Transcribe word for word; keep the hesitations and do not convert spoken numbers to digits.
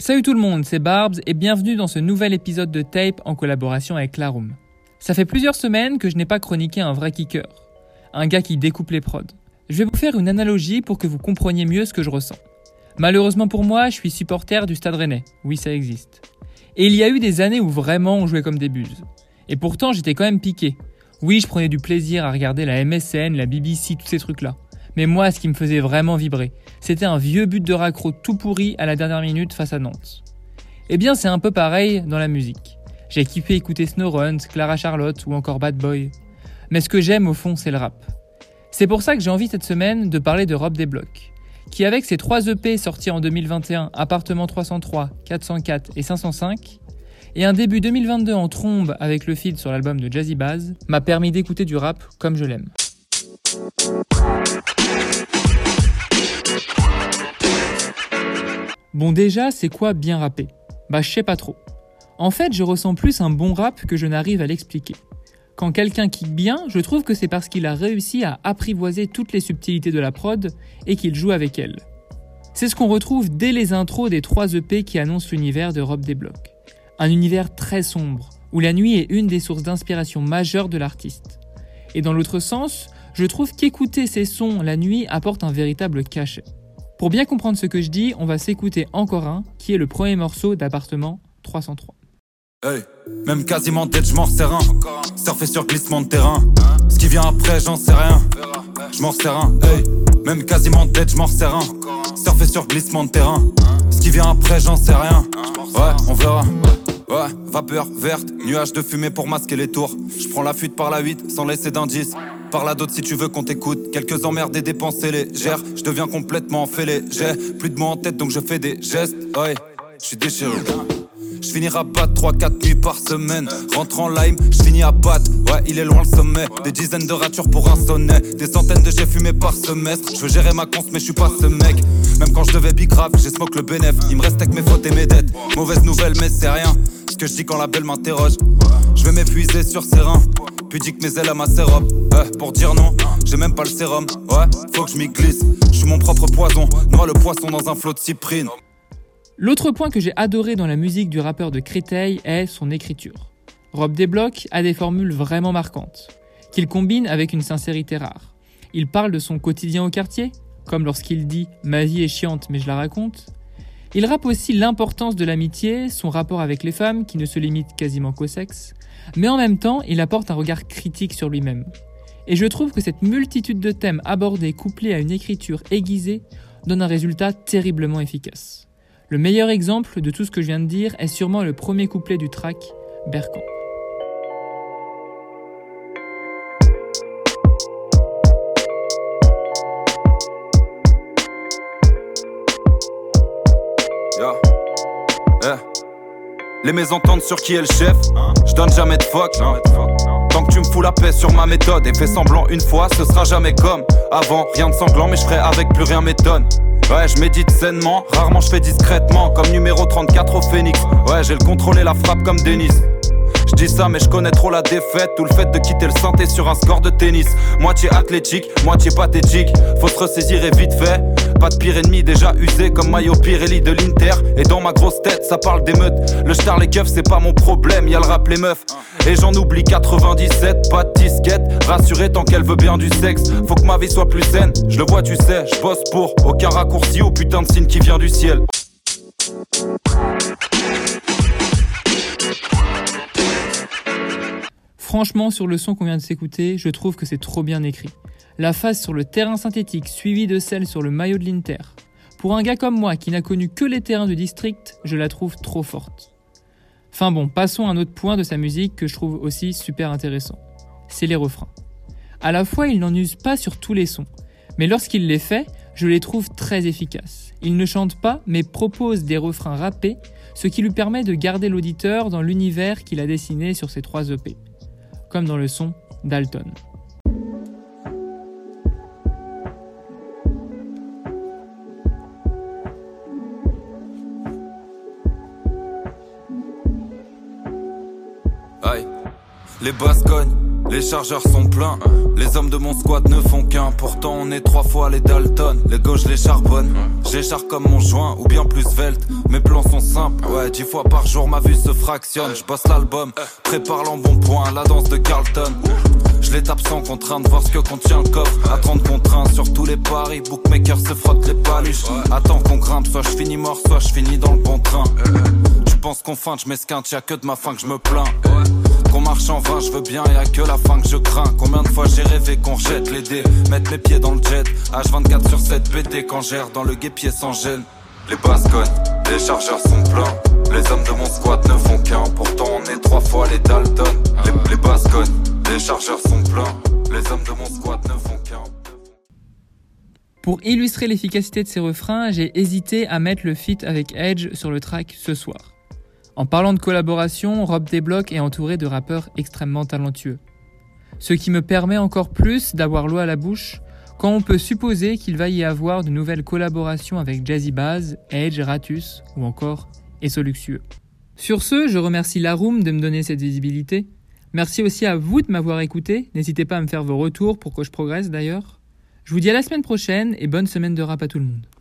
Salut tout le monde, c'est Barbs et bienvenue dans ce nouvel épisode de Tape en collaboration avec Larum. Ça fait plusieurs semaines que je n'ai pas chroniqué un vrai kicker, un gars qui découpe les prods. Je vais vous faire une analogie pour que vous compreniez mieux ce que je ressens. Malheureusement pour moi, je suis supporter du Stade Rennais, oui ça existe. Et il y a eu des années où vraiment on jouait comme des buses. Et pourtant j'étais quand même piqué. Oui, je prenais du plaisir à regarder la M S N, la B B C, tous ces trucs-là. Mais moi, ce qui me faisait vraiment vibrer, c'était un vieux but de raccro tout pourri à la dernière minute face à Nantes. Eh bien, c'est un peu pareil dans la musique. J'ai kiffé écouter Snowruns, Clara Charlotte ou encore Bad Boy. Mais ce que j'aime au fond, c'est le rap. C'est pour ça que j'ai envie cette semaine de parler de Rob Desblocs, qui avec ses trois E P sortis en deux mille vingt et un, Appartement trois cent trois, quatre cent quatre et cinq cent cinq, et un début deux mille vingt-deux en trombe avec le feat sur l'album de Jazzy Bass, m'a permis d'écouter du rap comme je l'aime. Bon déjà, c'est quoi bien rapper ? Bah je sais pas trop. En fait, je ressens plus un bon rap que je n'arrive à l'expliquer. Quand quelqu'un kick bien, je trouve que c'est parce qu'il a réussi à apprivoiser toutes les subtilités de la prod et qu'il joue avec elles. C'est ce qu'on retrouve dès les intros des trois E P qui annoncent l'univers de Rob Desblocs. Un univers très sombre, où la nuit est une des sources d'inspiration majeures de l'artiste. Et dans l'autre sens, je trouve qu'écouter ces sons la nuit apporte un véritable cachet. Pour bien comprendre ce que je dis, on va s'écouter encore un, qui est le premier morceau d'Appartement trois cent trois. Hey, même quasiment dead, je m'en resserre un. Surfer sur glissement de terrain. Ce qui vient après, j'en sais rien. Je m'en resserre un. Hey, même quasiment dead, je m'en resserre un. Surfer sur glissement de terrain. Ce qui vient après, j'en sais rien. Ouais, on verra. Ouais, vapeur verte, nuage de fumée pour masquer les tours. Je prends la fuite par la huit sans laisser d'indice. Parle à d'autres si tu veux qu'on t'écoute. Quelques emmerdes et dépenses légères. Je deviens complètement fêlé. J'ai plus de mots en tête donc je fais des gestes. Ouais, je suis déchiré. Je finis à battre trois quatre nuits par semaine. Rentre en lime, je finis à battre. Ouais, il est loin le sommet. Des dizaines de ratures pour un sonnet. Des centaines de jets fumés par semestre. Je veux gérer ma conce mais je suis pas ce mec. Même quand je devais big grave, j'ai smoke le bénéf. Il me reste avec mes fautes et mes dettes. Mauvaise nouvelle mais c'est rien. Ce que je dis quand la belle m'interroge. Je vais m'épuiser sur ses reins. Pudique mes ailes à ma sérum. Ouais, pour dire non, j'ai même pas le sérum. Ouais, faut que je m'y glisse. Je suis mon propre poison. Noie le poisson dans un flot de cyprine. L'autre point que j'ai adoré dans la musique du rappeur de Créteil est son écriture. Rob Desblocs a des formules vraiment marquantes, qu'il combine avec une sincérité rare. Il parle de son quotidien au quartier, comme lorsqu'il dit « ma vie est chiante mais je la raconte ». Il rappe aussi l'importance de l'amitié, son rapport avec les femmes qui ne se limite quasiment qu'au sexe, mais en même temps il apporte un regard critique sur lui-même. Et je trouve que cette multitude de thèmes abordés couplés à une écriture aiguisée donne un résultat terriblement efficace. Le meilleur exemple de tout ce que je viens de dire est sûrement le premier couplet du track, Berkan. Yeah. Yeah. Les mésententes sur qui est le chef, je donne jamais de fuck. Tant que tu me fous la paix sur ma méthode et fais semblant une fois, ce sera jamais comme avant. Rien de sanglant mais je ferai avec, plus rien m'étonne. Ouais, je médite sainement, rarement je fais discrètement. Comme numéro trente-quatre au Phoenix. Ouais, j'ai le contrôle et la frappe comme Denis. Je dis ça mais je connais trop la défaite. Ou le fait de quitter le synthé sur un score de tennis. Moitié athlétique, moitié pathétique. Faut se ressaisir et vite fait. Pas de pire ennemi déjà usé comme Mario Pirelli de l'Inter. Et dans ma grosse tête ça parle d'émeute. Le star les keufs c'est pas mon problème, y'a le rap les meufs. Et j'en oublie quatre-vingt-dix-sept, pas de disquette. Rassuré tant qu'elle veut bien du sexe. Faut que ma vie soit plus saine, je le vois tu sais. Je bosse pour aucun raccourci au putain de signe qui vient du ciel. Franchement, sur le son qu'on vient de s'écouter, je trouve que c'est trop bien écrit. La phase sur le terrain synthétique suivie de celle sur le maillot de l'Inter. Pour un gars comme moi qui n'a connu que les terrains du district, je la trouve trop forte. Enfin bon, passons à un autre point de sa musique que je trouve aussi super intéressant. C'est les refrains. À la fois, il n'en use pas sur tous les sons, mais lorsqu'il les fait, je les trouve très efficaces. Il ne chante pas, mais propose des refrains rappés, ce qui lui permet de garder l'auditeur dans l'univers qu'il a dessiné sur ses trois E P. Comme dans le son Dalton. Aïe, les basses cognent, Les chargeurs sont pleins, les hommes de mon squad ne font qu'un. Pourtant on est trois fois les Dalton, les gauches les charbonnes. J'écharpe comme mon joint ou bien plus svelte. Mes plans sont simples, ouais, dix fois par jour ma vue se fractionne. Je bosse l'album, prépare l'embonpoint, la danse de Carlton. Je les tape sans contrainte, voir ce que contient le coffre. À trente contre un sur tous les paris, bookmaker se frotte les paluches. Attends qu'on grimpe, soit je finis mort, soit je finis dans le bon train. Tu penses qu'on feinte, je m'esquinte, y'a que de ma faim que je me plains. Qu'on marche en vain, je veux bien, y'a que la fin que je crains. Combien de fois j'ai rêvé qu'on jette les dés, mettre mes pieds dans le jet, H vingt-quatre sur sept pété quand j'erre dans le guépier sans gêne. Les basses cognent, les chargeurs sont pleins. Les hommes de mon squad ne font qu'un. Pourtant on est trois fois les Dalton. Les, les basses cognent, les chargeurs sont pleins. Les hommes de mon squad ne font qu'un. Pour illustrer l'efficacité de ces refrains, j'ai hésité à mettre le feat avec Edge sur le track Ce Soir. En parlant de collaboration, Rob Desblocs est entouré de rappeurs extrêmement talentueux. Ce qui me permet encore plus d'avoir l'eau à la bouche quand on peut supposer qu'il va y avoir de nouvelles collaborations avec Jazzy Bass, Edge, Ratus ou encore Esso Luxueux. Sur ce, je remercie Laroum de me donner cette visibilité. Merci aussi à vous de m'avoir écouté. N'hésitez pas à me faire vos retours pour que je progresse d'ailleurs. Je vous dis à la semaine prochaine et bonne semaine de rap à tout le monde.